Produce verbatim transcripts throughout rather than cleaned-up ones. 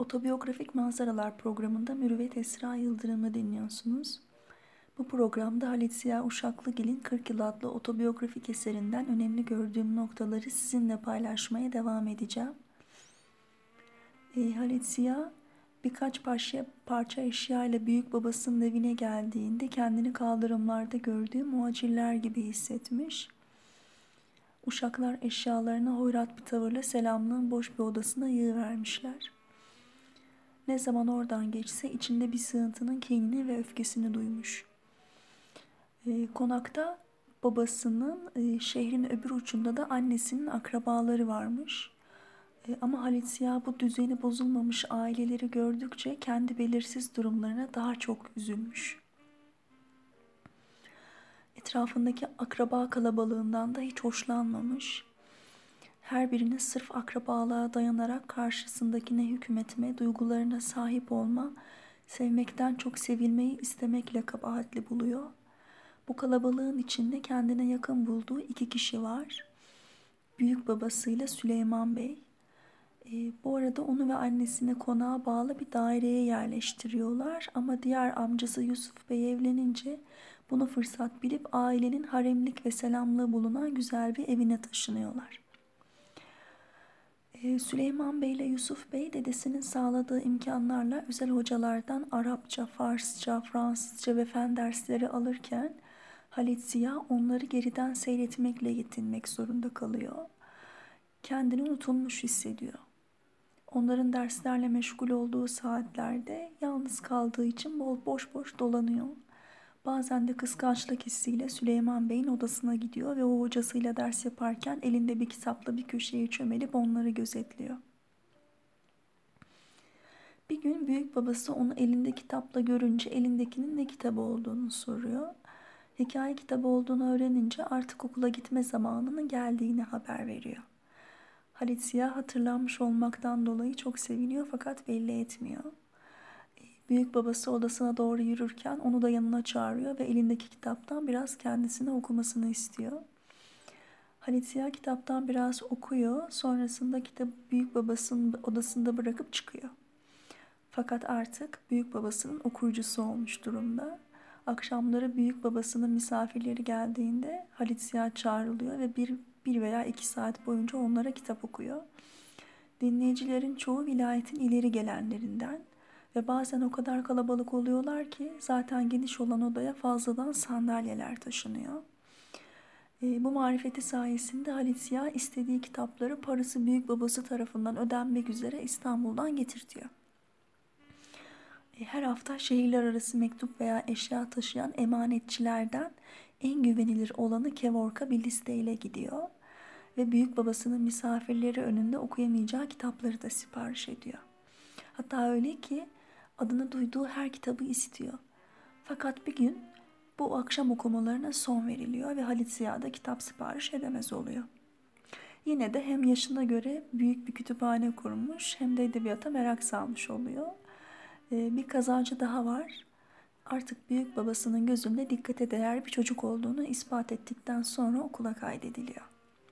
Otobiyografik Manzaralar programında Mürüvvet Esra Yıldırım'ı dinliyorsunuz. Bu programda Halit Ziya Uşaklıgil'in kırk Yıl adlı otobiyografik eserinden önemli gördüğüm noktaları sizinle paylaşmaya devam edeceğim. E, Halit Ziya birkaç parça, parça eşya ile büyük babasının evine geldiğinde kendini kaldırımlarda gördüğü muhacirler gibi hissetmiş. Uşaklar eşyalarını hoyrat bir tavırla selamlığın boş bir odasına yığıvermişler. Ne zaman oradan geçse içinde bir sığıntının kinini ve öfkesini duymuş. E, konakta babasının, e, şehrin öbür ucunda da annesinin akrabaları varmış. E, ama Halit Ziya bu düzeni bozulmamış aileleri gördükçe kendi belirsiz durumlarına daha çok üzülmüş. Etrafındaki akraba kalabalığından da hiç hoşlanmamış. Her birine sırf akrabalığa dayanarak karşısındakine hükmetme, duygularına sahip olma, sevmekten çok sevilmeyi istemekle kabahatli buluyor. Bu kalabalığın içinde kendine yakın bulduğu iki kişi var. Büyük babasıyla Süleyman Bey. E, bu arada onu ve annesini konağa bağlı bir daireye yerleştiriyorlar. Ama diğer amcası Yusuf Bey evlenince bunu fırsat bilip ailenin haremlik ve selamlığı bulunan güzel bir evine taşınıyorlar. E, Süleyman Bey ile Yusuf Bey dedesinin sağladığı imkanlarla özel hocalardan Arapça, Farsça, Fransızca ve fen dersleri alırken Halit Ziya onları geriden seyretmekle yetinmek zorunda kalıyor. Kendini unutulmuş hissediyor. Onların derslerle meşgul olduğu saatlerde yalnız kaldığı için bol boş boş dolanıyor. Bazen de kıskançlık hissiyle Süleyman Bey'in odasına gidiyor ve o hocasıyla ders yaparken elinde bir kitapla bir köşeye çömelip onları gözetliyor. Bir gün büyük babası onu elinde kitapla görünce elindekinin ne kitabı olduğunu soruyor. Hikaye kitabı olduğunu öğrenince artık okula gitme zamanının geldiğini haber veriyor. Halit Ziya hatırlanmış olmaktan dolayı çok seviniyor fakat belli etmiyor. Büyük babası odasına doğru yürürken onu da yanına çağırıyor ve elindeki kitaptan biraz kendisine okumasını istiyor. Halit Ziya kitaptan biraz okuyor, sonrasında kitabı büyük babasının odasında bırakıp çıkıyor. Fakat artık büyük babasının okuyucusu olmuş durumda. Akşamları büyük babasının misafirleri geldiğinde Halit Ziya çağrılıyor ve bir, bir veya iki saat boyunca onlara kitap okuyor. Dinleyicilerin çoğu vilayetin ileri gelenlerinden ve bazen o kadar kalabalık oluyorlar ki zaten geniş olan odaya fazladan sandalyeler taşınıyor. E, bu marifeti sayesinde Halit Ziya istediği kitapları parası büyük babası tarafından ödenmek üzere İstanbul'dan getirtiyor. Her hafta şehirler arası mektup veya eşya taşıyan emanetçilerden en güvenilir olanı Kevork'a bir listeyle gidiyor ve büyük babasının misafirleri önünde okuyamayacağı kitapları da sipariş ediyor. Hatta öyle ki adını duyduğu her kitabı istiyor. Fakat bir gün bu akşam okumalarına son veriliyor ve Halit Ziya da kitap sipariş edemez oluyor. Yine de hem yaşına göre büyük bir kütüphane kurmuş hem de edebiyata merak salmış oluyor. Bir kazancı daha var. Artık büyük babasının gözünde dikkate değer bir çocuk olduğunu ispat ettikten sonra okula kaydediliyor.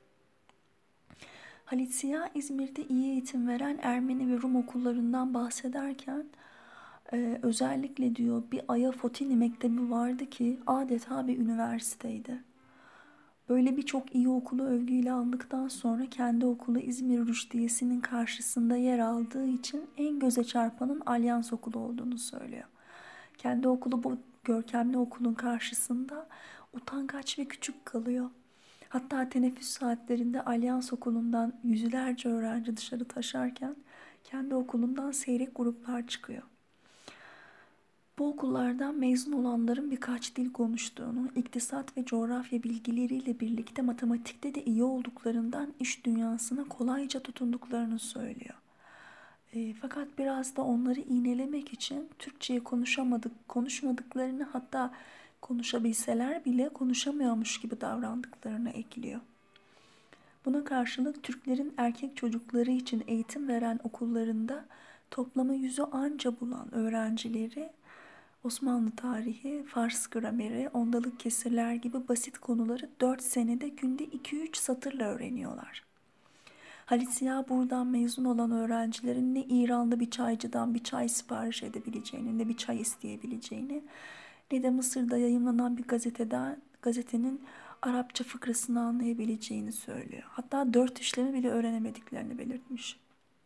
Halit Ziya İzmir'de iyi eğitim veren Ermeni ve Rum okullarından bahsederken e, özellikle diyor bir Ayafotini Mektebi vardı ki adeta bir üniversiteydi. Böyle birçok iyi okulu övgüyle aldıktan sonra kendi okulu İzmir Rüştiyesi'nin karşısında yer aldığı için en göze çarpanın Alyans Okulu olduğunu söylüyor. Kendi okulu bu görkemli okulun karşısında utangaç ve küçük kalıyor. Hatta teneffüs saatlerinde Alyans Okulu'ndan yüzlerce öğrenci dışarı taşarken kendi okulundan seyrek gruplar çıkıyor. Bu okullardan mezun olanların birkaç dil konuştuğunu, iktisat ve coğrafya bilgileriyle birlikte matematikte de iyi olduklarından iş dünyasına kolayca tutunduklarını söylüyor. E, fakat biraz da onları iğnelemek için Türkçe'yi konuşamadık, konuşmadıklarını hatta konuşabilseler bile konuşamıyormuş gibi davrandıklarını ekliyor. Buna karşılık Türklerin erkek çocukları için eğitim veren okullarında toplamı yüzü anca bulan öğrencileri Osmanlı tarihi, Fars grameri, ondalık kesirler gibi basit konuları dört senede günde iki üç satırla öğreniyorlar. Halit Ziya buradan mezun olan öğrencilerin ne İranlı bir çaycıdan bir çay sipariş edebileceğini, ne bir çay isteyebileceğini, ne de Mısır'da yayımlanan bir gazeteden, gazetenin Arapça fıkrasını anlayabileceğini söylüyor. Hatta dört işlemi bile öğrenemediklerini belirtmiş.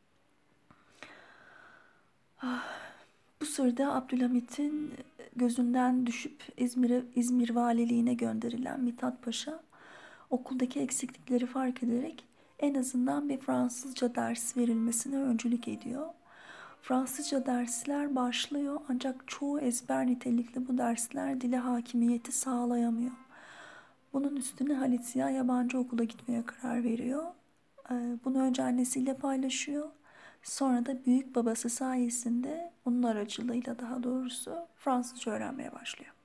Bu sırada Abdülhamit'in gözünden düşüp İzmir'e İzmir valiliğine gönderilen Mithat Paşa okuldaki eksiklikleri fark ederek en azından bir Fransızca ders verilmesine öncülük ediyor. Fransızca dersler başlıyor ancak çoğu ezber nitelikli bu dersler dile hakimiyeti sağlayamıyor. Bunun üstüne Halit Ziya yabancı okula gitmeye karar veriyor. Bunu önce annesiyle paylaşıyor. Sonra da büyük babası sayesinde, onun aracılığıyla daha doğrusu Fransızca öğrenmeye başlıyor.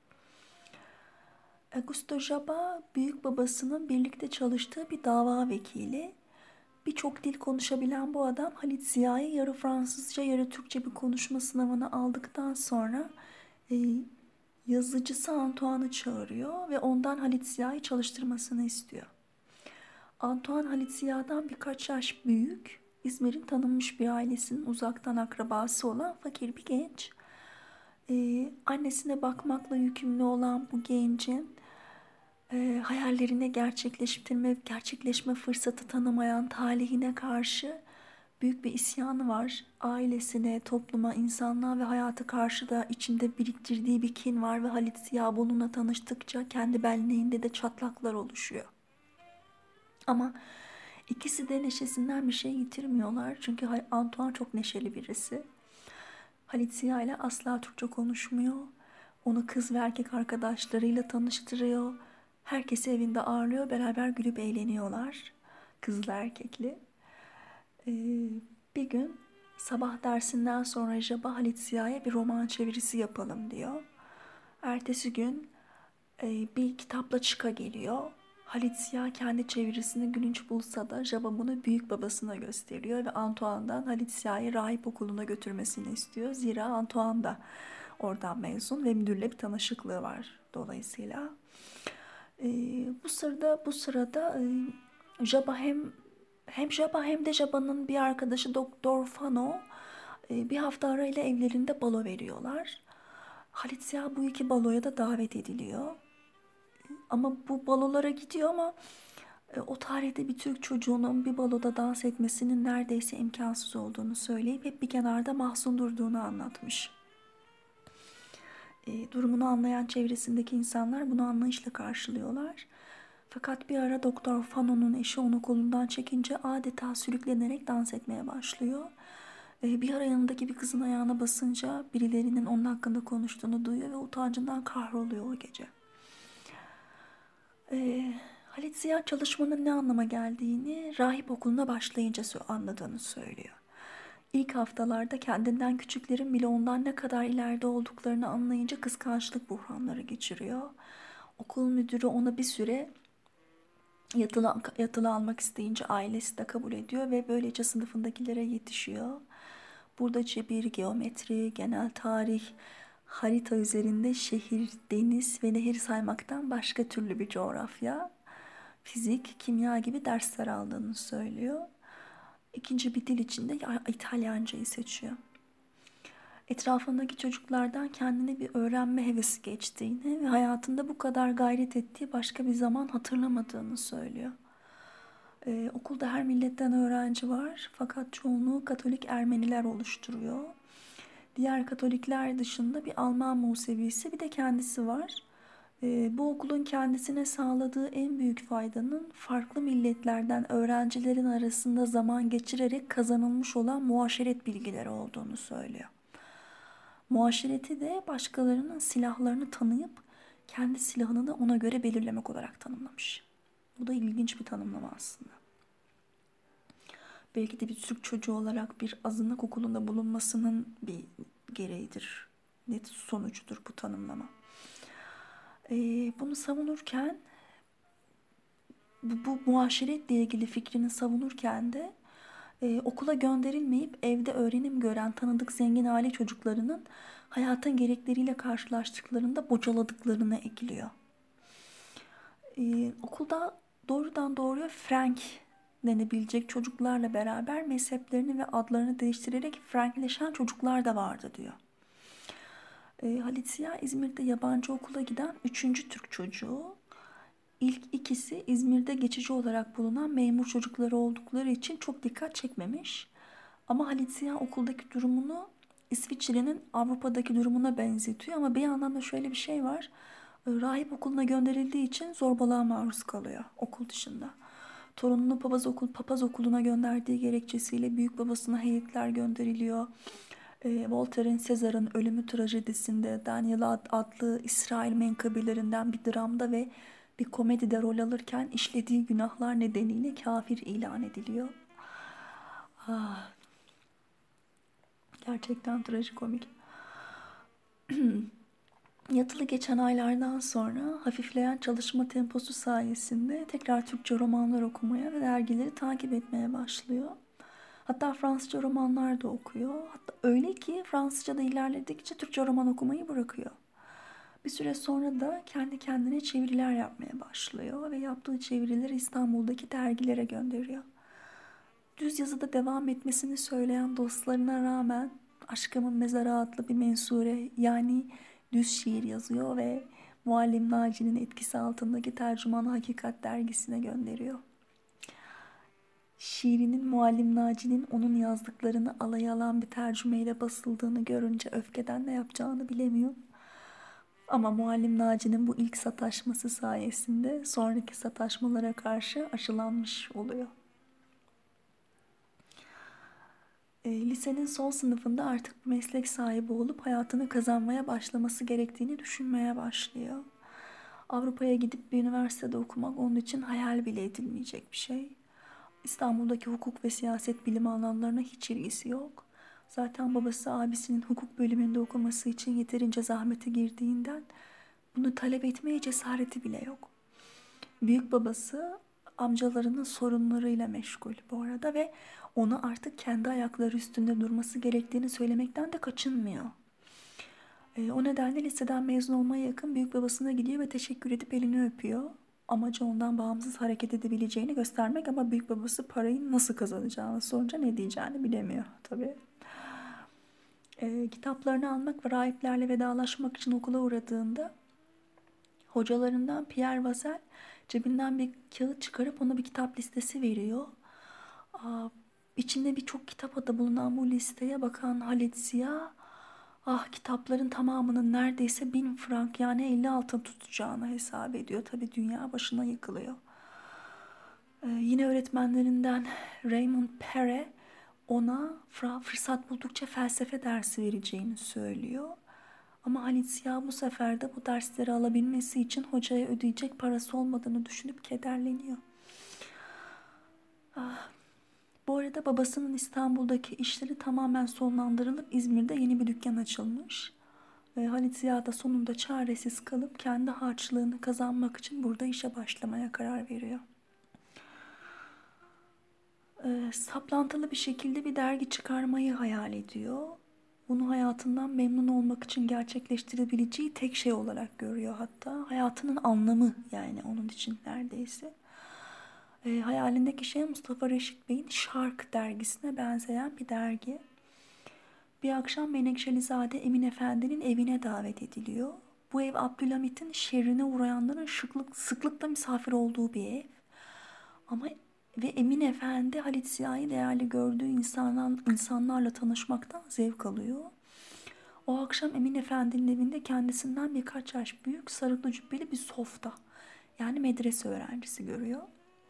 Auguste Jaba büyük babasının birlikte çalıştığı bir dava vekili. Birçok dil konuşabilen bu adam Halit Ziya'yı yarı Fransızca yarı Türkçe bir konuşma sınavına aldıktan sonra e, yazıcısı Antoine'ı çağırıyor ve ondan Halit Ziya'yı çalıştırmasını istiyor. Antoine Halit Ziya'dan birkaç yaş büyük, İzmir'in tanınmış bir ailesinin uzaktan akrabası olan fakir bir genç. Ee, annesine bakmakla yükümlü olan bu gencin e, hayallerine gerçekleştirme, gerçekleşme fırsatı tanımayan talihine karşı büyük bir isyanı var. Ailesine, topluma, insanlığa ve hayata karşı da içinde biriktirdiği bir kin var ve Halit Ziya bununla tanıştıkça kendi benliğinde de çatlaklar oluşuyor. Ama ikisi de neşesinden bir şey yitirmiyorlar. Çünkü Antoine çok neşeli birisi. Halit Ziya ile asla Türkçe konuşmuyor. Onu kız ve erkek arkadaşlarıyla tanıştırıyor. Herkesi evinde ağırlıyor. Beraber gülüp eğleniyorlar. Kızlı erkekli. Ee, bir gün sabah dersinden sonra Jaba Halit Ziya'ya bir roman çevirisi yapalım diyor. Ertesi gün e, bir kitapla çıka geliyor. Halit Ziya kendi çevirisini gülünç bulsa da Jaba bunu büyük babasına gösteriyor ve Antoine'dan Halit Ziya'yı rahip okuluna götürmesini istiyor. Zira Antoine da oradan mezun ve müdürle bir tanışıklığı var dolayısıyla. E, bu sırada bu sırada e, Jaba hem hem Jaba hem de Jaba'nın bir arkadaşı Doktor Fano e, bir hafta arayla evlerinde balo veriyorlar. Halit Ziya bu iki baloya da davet ediliyor. Ama bu balolara gidiyor ama e, o tarihte bir Türk çocuğunun bir baloda dans etmesinin neredeyse imkansız olduğunu söyleyip hep bir kenarda mahzun durduğunu anlatmış. E, durumunu anlayan çevresindeki insanlar bunu anlayışla karşılıyorlar. Fakat bir ara Doktor Fano'nun eşi onu kolundan çekince adeta sürüklenerek dans etmeye başlıyor. E, bir ara yanındaki bir kızın ayağına basınca birilerinin onun hakkında konuştuğunu duyuyor ve utancından kahroluyor o gece. Ee, Halit Ziya çalışmanın ne anlama geldiğini rahip okuluna başlayınca anladığını söylüyor. İlk haftalarda kendinden küçüklerin bile ondan ne kadar ileride olduklarını anlayınca kıskançlık buhranları geçiriyor. Okul müdürü ona bir süre yatılı, yatılı almak isteyince ailesi de kabul ediyor ve böylece sınıfındakilere yetişiyor. Burada cebir, geometri, genel tarih, harita üzerinde şehir, deniz ve nehir saymaktan başka türlü bir coğrafya, fizik, kimya gibi dersler aldığını söylüyor. İkinci bir dil içinde İtalyancayı seçiyor. Etrafındaki çocuklardan kendine bir öğrenme hevesi geçtiğini ve hayatında bu kadar gayret ettiği başka bir zaman hatırlamadığını söylüyor. Ee, okulda her milletten öğrenci var fakat çoğunluğu Katolik Ermeniler oluşturuyor. Diğer Katolikler dışında bir Alman Musevisi bir de kendisi var. Ee, bu okulun kendisine sağladığı en büyük faydanın farklı milletlerden öğrencilerin arasında zaman geçirerek kazanılmış olan muaşeret bilgileri olduğunu söylüyor. Muaşereti de başkalarının silahlarını tanıyıp kendi silahını da ona göre belirlemek olarak tanımlamış. Bu da ilginç bir tanımlama aslında. Belki de bir Türk çocuğu olarak bir azınlık okulunda bulunmasının bir gereğidir. Net sonucudur bu tanımlama. Ee, bunu savunurken, bu, bu muaşeretle ilgili fikrini savunurken de e, okula gönderilmeyip evde öğrenim gören tanıdık zengin aile çocuklarının hayatın gerekleriyle karşılaştıklarında bocaladıklarını ekliyor. Ee, okulda doğrudan doğruya Frank denebilecek çocuklarla beraber mezheplerini ve adlarını değiştirerek Frankleşen çocuklar da vardı diyor. E, Halit Ziya İzmir'de yabancı okula giden üçüncü Türk çocuğu. İlk ikisi İzmir'de geçici olarak bulunan memur çocukları oldukları için çok dikkat çekmemiş. Ama Halit Ziya okuldaki durumunu İsviçre'nin Avrupa'daki durumuna benzetiyor. Ama bir yandan da şöyle bir şey var. Rahip okuluna gönderildiği için zorbalığa maruz kalıyor okul dışında. Torununu papaz, okul, papaz okuluna gönderdiği gerekçesiyle büyük babasına heyetler gönderiliyor. E, Voltaire'in Sezar'ın ölümü trajedisinde Daniel adlı İsrail menkıbelerinden bir dramda ve bir komedide rol alırken işlediği günahlar nedeniyle kafir ilan ediliyor. Ah, gerçekten trajikomik. Yatılı geçen aylardan sonra hafifleyen çalışma temposu sayesinde tekrar Türkçe romanlar okumaya ve dergileri takip etmeye başlıyor. Hatta Fransızca romanlar da okuyor. Hatta öyle ki Fransızca'da ilerledikçe Türkçe roman okumayı bırakıyor. Bir süre sonra da kendi kendine çeviriler yapmaya başlıyor ve yaptığı çevirileri İstanbul'daki dergilere gönderiyor. Düz yazıda devam etmesini söyleyen dostlarına rağmen Aşkımın Mezarı adlı bir mensure yani düz şiir yazıyor ve Muallim Naci'nin etkisi altındaki Tercüman-ı Hakikat dergisine gönderiyor. Şiirinin Muallim Naci'nin onun yazdıklarını alaya alan bir tercümeyle basıldığını görünce öfkeden ne yapacağını bilemiyor. Ama Muallim Naci'nin bu ilk sataşması sayesinde sonraki sataşmalara karşı aşılanmış oluyor. E, lisenin son sınıfında artık bir meslek sahibi olup hayatını kazanmaya başlaması gerektiğini düşünmeye başlıyor. Avrupa'ya gidip bir üniversitede okumak onun için hayal bile edilmeyecek bir şey. İstanbul'daki hukuk ve siyaset bilimi alanlarına hiç ilgisi yok. Zaten babası abisinin hukuk bölümünde okuması için yeterince zahmete girdiğinden bunu talep etmeye cesareti bile yok. Büyük babası amcalarının sorunlarıyla meşgul bu arada ve ona artık kendi ayakları üstünde durması gerektiğini söylemekten de kaçınmıyor. E, o nedenle liseden mezun olmaya yakın büyük babasına gidiyor ve teşekkür edip elini öpüyor. Amacı ondan bağımsız hareket edebileceğini göstermek ama büyük babası parayı nasıl kazanacağını sorunca ne diyeceğini bilemiyor tabii. E, kitaplarını almak ve rahiplerle vedalaşmak için okula uğradığında hocalarından Pierre Vassel cebinden bir kağıt çıkarıp ona bir kitap listesi veriyor. Aa, içinde birçok kitap adı bulunan bu listeye bakan Halit Ziya, ah kitapların tamamının neredeyse bin frank yani elli altın tutacağını hesap ediyor. Tabii dünya başına yıkılıyor. Ee, yine öğretmenlerinden Raymond Pere ona fırsat buldukça felsefe dersi vereceğini söylüyor. Ama Halit Ziya bu sefer de bu dersleri alabilmesi için hocaya ödeyecek parası olmadığını düşünüp kederleniyor. Ah, bu arada babasının İstanbul'daki işleri tamamen sonlandırılıp İzmir'de yeni bir dükkan açılmış. Ve Halit Ziya da sonunda çaresiz kalıp kendi harçlığını kazanmak için burada işe başlamaya karar veriyor. E, saplantılı bir şekilde bir dergi çıkarmayı hayal ediyor. Bunu hayatından memnun olmak için gerçekleştirebileceği tek şey olarak görüyor hatta. Hayatının anlamı yani onun için neredeyse. E, hayalindeki şey Mustafa Reşit Bey'in Şark dergisine benzeyen bir dergi. Bir akşam Menekşelizade Emin Efendi'nin evine davet ediliyor. Bu ev Abdülhamit'in şerrine uğrayanların şıklık, sıklıkla misafir olduğu bir ev. Ama ve Emin Efendi Halit Ziya'yı değerli gördüğü insanlar, insanlarla tanışmaktan zevk alıyor. O akşam Emin Efendi'nin evinde kendisinden birkaç yaş büyük sarıklı cübbeli bir softa yani medrese öğrencisi görüyor.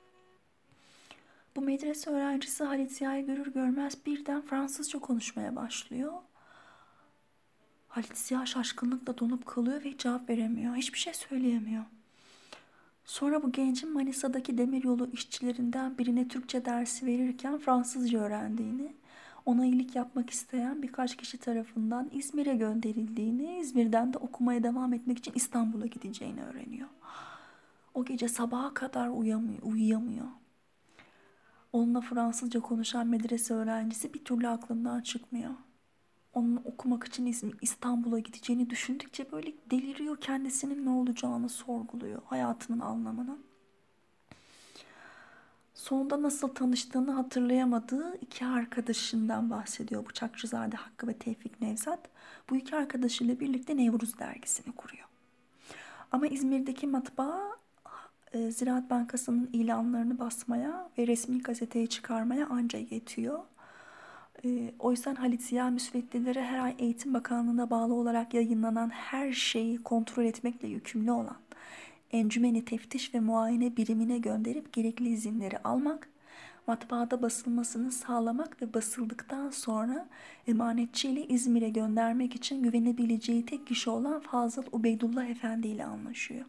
Bu medrese öğrencisi Halit Ziya'yı görür görmez birden Fransızca konuşmaya başlıyor. Halit Ziya şaşkınlıkla donup kalıyor ve cevap veremiyor. Hiçbir şey söyleyemiyor. Sonra bu gencin Manisa'daki demiryolu işçilerinden birine Türkçe dersi verirken Fransızca öğrendiğini, ona iyilik yapmak isteyen birkaç kişi tarafından İzmir'e gönderildiğini, İzmir'den de okumaya devam etmek için İstanbul'a gideceğini öğreniyor. O gece sabaha kadar uyuyamıyor. uyuyamıyor. Onunla Fransızca konuşan medrese öğrencisi bir türlü aklından çıkmıyor. Onun okumak için İstanbul'a gideceğini düşündükçe böyle deliriyor, kendisinin ne olacağını sorguluyor, hayatının anlamını. Sonunda nasıl tanıştığını hatırlayamadığı iki arkadaşından bahsediyor Bıçakçızade Hakkı ve Tevfik Nevzat. Bu iki arkadaşıyla birlikte Nevruz dergisini kuruyor. Ama İzmir'deki matbaa e, Ziraat Bankası'nın ilanlarını basmaya ve resmi gazeteye çıkarmaya anca yetiyor. E, o yüzden Halit Ziya müsveddelere her ay Eğitim Bakanlığı'na bağlı olarak yayınlanan her şeyi kontrol etmekle yükümlü olan Encümeni Teftiş ve Muayene Birimine gönderip gerekli izinleri almak, matbaada basılmasını sağlamak ve basıldıktan sonra emanetçiyle İzmir'e göndermek için güvenebileceği tek kişi olan Fazıl Ubeydullah Efendi ile anlaşıyor.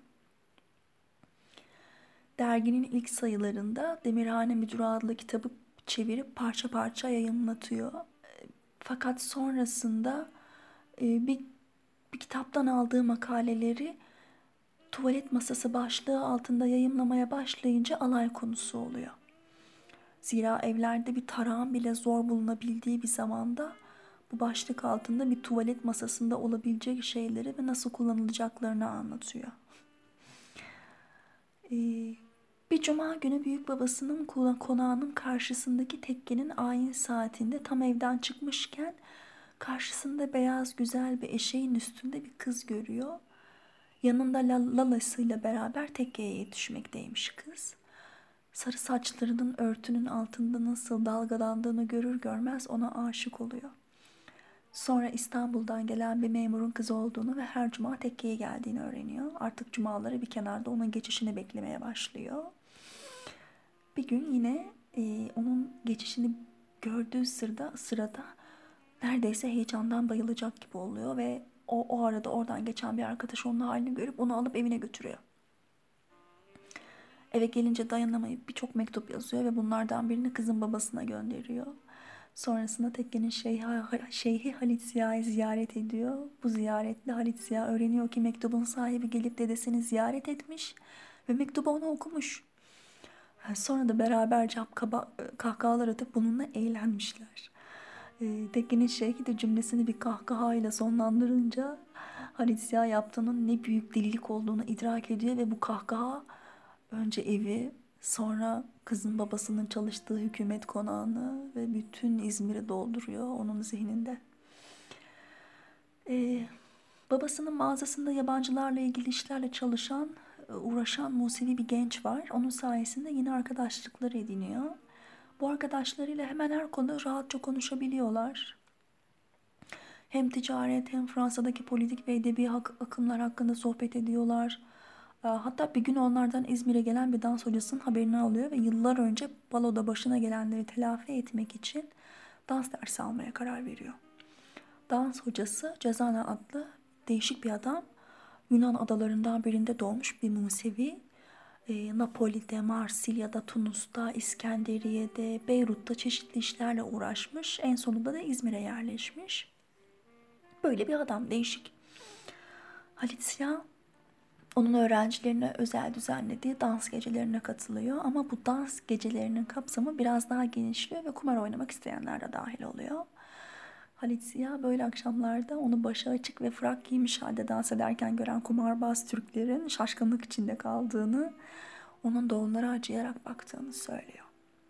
Derginin ilk sayılarında Demirhane Müdürü adlı kitabı çevirip parça parça yayınlatıyor. Fakat sonrasında e, bir, bir kitaptan aldığı makaleleri tuvalet masası başlığı altında yayımlamaya başlayınca alay konusu oluyor. Zira evlerde bir tarağın bile zor bulunabildiği bir zamanda bu başlık altında bir tuvalet masasında olabilecek şeyleri ve nasıl kullanılacaklarını anlatıyor. Ee, bir cuma günü büyük babasının konağının karşısındaki tekkenin ayin saatinde tam evden çıkmışken karşısında beyaz güzel bir eşeğin üstünde bir kız görüyor. Yanında lalasıyla beraber tekkeye yetişmekteymiş kız. Sarı saçlarının örtünün altında nasıl dalgalandığını görür görmez ona aşık oluyor. Sonra İstanbul'dan gelen bir memurun kızı olduğunu ve her cuma tekkeye geldiğini öğreniyor. Artık cumaları bir kenarda onun geçişini beklemeye başlıyor. Bir gün yine e, onun geçişini gördüğü sırada, sırada neredeyse heyecandan bayılacak gibi oluyor ve o, o arada oradan geçen bir arkadaş onun halini görüp onu alıp evine götürüyor. Eve gelince dayanamayıp birçok mektup yazıyor ve bunlardan birini kızın babasına gönderiyor. Sonrasında tekkenin şeyhi, şeyhi Halit Ziya'yı ziyaret ediyor. Bu ziyaretle Halit Ziya öğreniyor ki mektubun sahibi gelip dedesini ziyaret etmiş ve mektubu ona okumuş. Sonra da beraberce kaba, kahkahalar atıp bununla eğlenmişler. E, Tekkenin şeyhi de cümlesini bir kahkahayla sonlandırınca Halit Ziya yaptığının ne büyük delilik olduğunu idrak ediyor ve bu kahkaha önce evi, sonra kızın babasının çalıştığı hükümet konağını ve bütün İzmir'i dolduruyor onun zihninde. Ee, babasının mağazasında yabancılarla ilgili işlerle çalışan, uğraşan Musevi bir genç var. Onun sayesinde yeni arkadaşlıklar ediniyor. Bu arkadaşlarıyla hemen her konuda rahatça konuşabiliyorlar. Hem ticaret hem Fransa'daki politik ve edebi akımlar hakkında sohbet ediyorlar. Hatta bir gün onlardan İzmir'e gelen bir dans hocasının haberini alıyor ve yıllar önce baloda başına gelenleri telafi etmek için dans dersi almaya karar veriyor. Dans hocası Cezana adlı değişik bir adam. Yunan adalarından birinde doğmuş bir Musevi. E, Napoli'de, Marsilya'da, Tunus'ta, İskenderiye'de, Beyrut'ta çeşitli işlerle uğraşmış. En sonunda da İzmir'e yerleşmiş. Böyle bir adam, değişik. Halit Ziya onun öğrencilerine özel düzenlediği dans gecelerine katılıyor. Ama bu dans gecelerinin kapsamı biraz daha genişliyor ve kumar oynamak isteyenler de dahil oluyor. Halit Ziya böyle akşamlarda onu başı açık ve frak giymiş halde dans ederken gören kumarbaz Türklerin şaşkınlık içinde kaldığını, onun da onlara acıyarak baktığını söylüyor.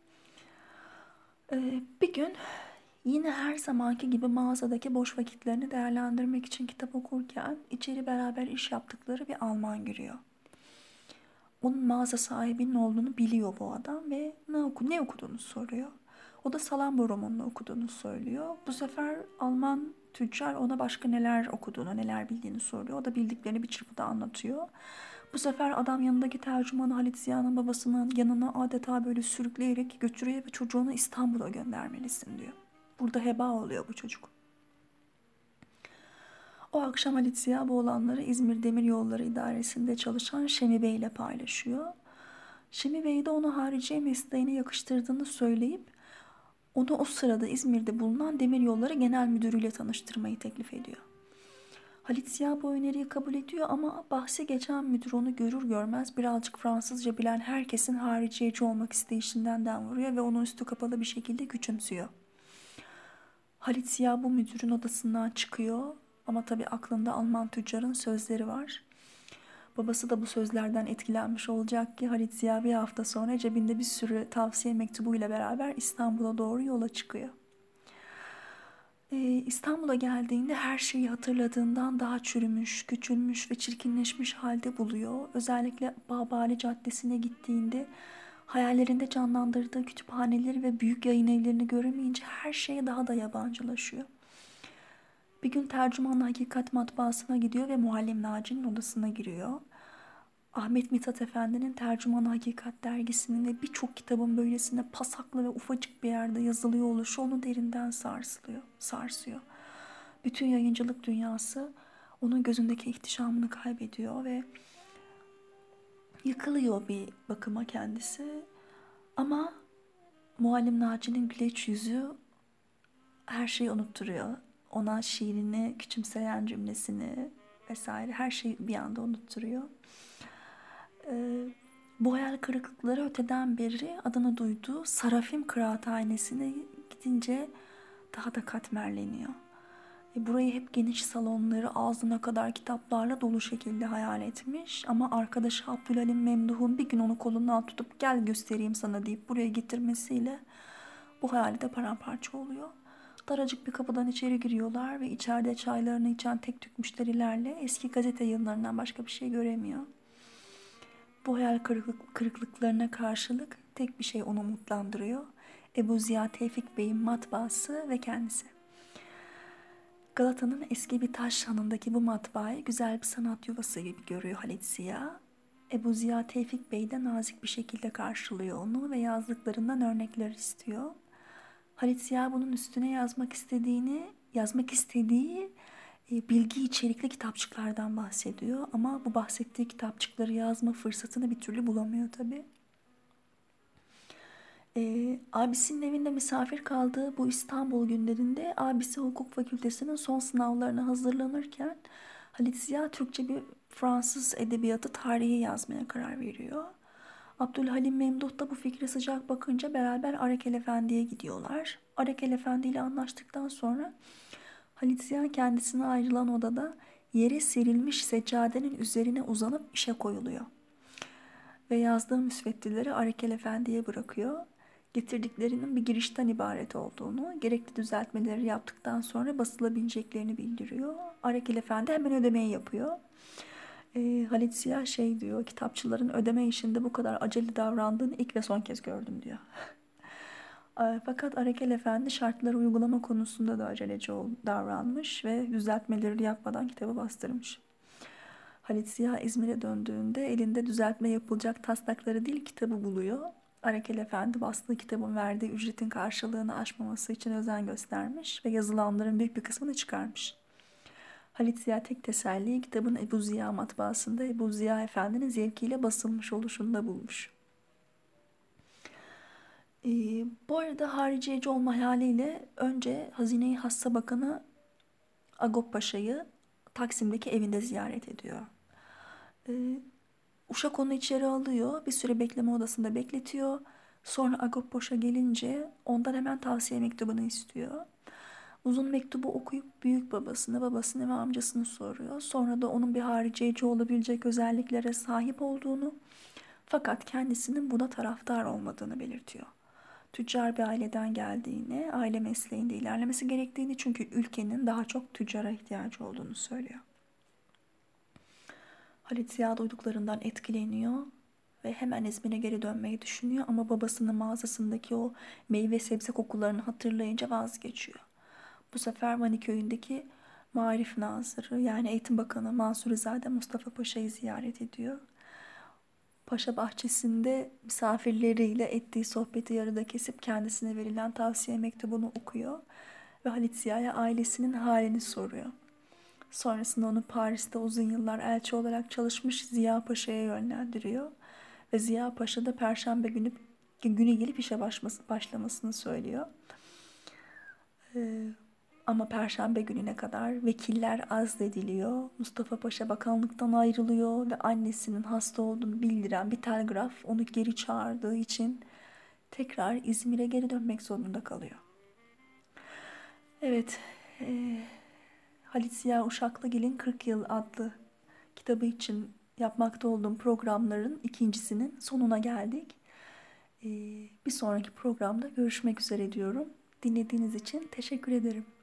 Ee, bir gün yine her zamanki gibi mağazadaki boş vakitlerini değerlendirmek için kitap okurken içeri beraber iş yaptıkları bir Alman giriyor. Onun mağaza sahibinin olduğunu biliyor bu adam ve ne, oku, ne okuduğunu soruyor. O da Salambo romanını okuduğunu söylüyor. Bu sefer Alman tüccar ona başka neler okuduğunu, neler bildiğini soruyor. O da bildiklerini bir çırpıda anlatıyor. Bu sefer adam yanındaki tercümanı Halit Ziya'nın babasının yanına adeta böyle sürükleyerek götürüyor ve çocuğunu İstanbul'a göndermelisin diyor. Burada heba oluyor bu çocuk. O akşam Halit Ziya bu olanları İzmir Demiryolları İdaresi'nde çalışan Şemi Bey ile paylaşıyor. Şemi Bey de onu hariciye mesleğine yakıştırdığını söyleyip onu o sırada İzmir'de bulunan Demiryolları Genel Müdürü ile tanıştırmayı teklif ediyor. Halit Ziya bu öneriyi kabul ediyor ama bahsi geçen müdür onu görür görmez birazcık Fransızca bilen herkesin hariciyeci olmak isteyişinden dem vuruyor ve onu üstü kapalı bir şekilde küçümsüyor. Halit Ziya bu müdürün odasından çıkıyor ama tabii aklında Alman tüccarın sözleri var. Babası da bu sözlerden etkilenmiş olacak ki Halit Ziya bir hafta sonra cebinde bir sürü tavsiye mektubuyla beraber İstanbul'a doğru yola çıkıyor. Ee, İstanbul'a geldiğinde her şeyi hatırladığından daha çürümüş, küçülmüş ve çirkinleşmiş halde buluyor. Özellikle Babali Caddesi'ne gittiğinde hayallerinde canlandırdığı kütüphaneleri ve büyük yayın evlerini göremeyince her şeye daha da yabancılaşıyor. Bir gün Tercüman Hakikat matbaasına gidiyor ve Muallim Naci'nin odasına giriyor. Ahmet Mithat Efendi'nin Tercüman Hakikat dergisinin ve birçok kitabın böylesine pasaklı ve ufacık bir yerde yazılıyor oluşu onu derinden sarsılıyor, sarsıyor. Bütün yayıncılık dünyası onun gözündeki ihtişamını kaybediyor ve yıkılıyor bir bakıma kendisi. Ama Muallim Naci'nin güleç yüzü her şeyi unutturuyor. Ona şiirini, küçümseyen cümlesini vesaire her şeyi bir anda unutturuyor. Ee, bu hayal kırıklıkları öteden beri adını duyduğu Sarafim Kıraathanesi'ne gidince daha da katmerleniyor. E, burayı hep geniş salonları ağzına kadar kitaplarla dolu şekilde hayal etmiş. Ama arkadaşı Abdülhalim Memduh'un bir gün onu kolundan tutup gel göstereyim sana deyip buraya getirmesiyle bu hayali de paramparça oluyor. Daracık bir kapıdan içeri giriyorlar ve içeride çaylarını içen tek tük müşterilerle eski gazete yayınlarından başka bir şey göremiyor. Bu hayal kırıklık, kırıklıklarına karşılık tek bir şey onu umutlandırıyor. Ebu Ziya Tevfik Bey'in matbaası ve kendisi. Galata'nın eski bir taş hanındaki bu matbaayı güzel bir sanat yuvası gibi görüyor Halit Ziya. Ebu Ziya Tevfik Bey de nazik bir şekilde karşılıyor onu ve yazdıklarından örnekler istiyor. Halit Ziya bunun üstüne yazmak istediğini, yazmak istediği e, bilgi içerikli kitapçıklardan bahsediyor. Ama bu bahsettiği kitapçıkları yazma fırsatını bir türlü bulamıyor tabii. E, abisinin evinde misafir kaldığı bu İstanbul günlerinde abisi hukuk fakültesinin son sınavlarına hazırlanırken Halit Ziya Türkçe bir Fransız edebiyatı tarihi yazmaya karar veriyor. Abdülhalim Memduh da bu fikre sıcak bakınca beraber Arakel Efendi'ye gidiyorlar. Arakel Efendi ile anlaştıktan sonra Halit Ziya kendisine ayrılan odada yere serilmiş seccadenin üzerine uzanıp işe koyuluyor. Ve yazdığı müsveddeleri Arakel Efendi'ye bırakıyor. Getirdiklerinin bir girişten ibaret olduğunu, gerekli düzeltmeleri yaptıktan sonra basılabileceklerini bildiriyor. Arakel Efendi hemen ödemeyi yapıyor. E, Halit Ziya şey diyor, kitapçıların ödeme işinde bu kadar acele davrandığını ilk ve son kez gördüm diyor. e, fakat Arakel Efendi şartları uygulama konusunda da aceleci davranmış ve düzeltmeleri yapmadan kitabı bastırmış. Halit Ziya İzmir'e döndüğünde elinde düzeltme yapılacak taslakları değil kitabı buluyor. Arakel Efendi bastığı kitabın verdiği ücretin karşılığını aşmaması için özen göstermiş ve yazılanların büyük bir kısmını çıkarmış. Halit Ziya tek teselliyi kitabın Ebu Ziya matbaasında Ebu Ziya Efendi'nin zevkiyle basılmış oluşunda bulmuş. Ee, bu arada hariciyeci olma hayaliyle önce Hazine-i Hassa Bakanı Agop Paşa'yı Taksim'deki evinde ziyaret ediyor. Ee, Uşak onu içeri alıyor, bir süre bekleme odasında bekletiyor. Sonra Agop Paşa gelince ondan hemen tavsiye mektubunu istiyor. Uzun mektubu okuyup büyük babasını, babasını ve amcasını soruyor. Sonra da onun bir hariciyeci olabilecek özelliklere sahip olduğunu fakat kendisinin buna taraftar olmadığını belirtiyor. Tüccar bir aileden geldiğini, aile mesleğinde ilerlemesi gerektiğini çünkü ülkenin daha çok tüccara ihtiyacı olduğunu söylüyor. Halit Ziya duyduklarından etkileniyor ve hemen İzmir'e geri dönmeyi düşünüyor ama babasının mağazasındaki o meyve sebze kokularını hatırlayınca vazgeçiyor. Bu sefer Mani köyündeki Maarif Nazırı yani Eğitim Bakanı Mansurizade Mustafa Paşa'yı ziyaret ediyor. Paşa bahçesinde misafirleriyle ettiği sohbeti yarıda kesip kendisine verilen tavsiye mektubunu okuyor ve Halit Ziya'ya ailesinin halini soruyor. Sonrasında onu Paris'te uzun yıllar elçi olarak çalışmış Ziya Paşa'ya yönlendiriyor ve Ziya Paşa da Perşembe günü günü gelip işe başlamasını söylüyor. Ee, Ama Perşembe gününe kadar vekiller azlediliyor. Mustafa Paşa bakanlıktan ayrılıyor ve annesinin hasta olduğunu bildiren bir telgraf onu geri çağırdığı için tekrar İzmir'e geri dönmek zorunda kalıyor. Evet, e, Halit Ziya Uşaklıgil'in kırk Yıl adlı kitabı için yapmakta olduğum programların ikincisinin sonuna geldik. Ee, bir sonraki programda görüşmek üzere diyorum. Dinlediğiniz için teşekkür ederim.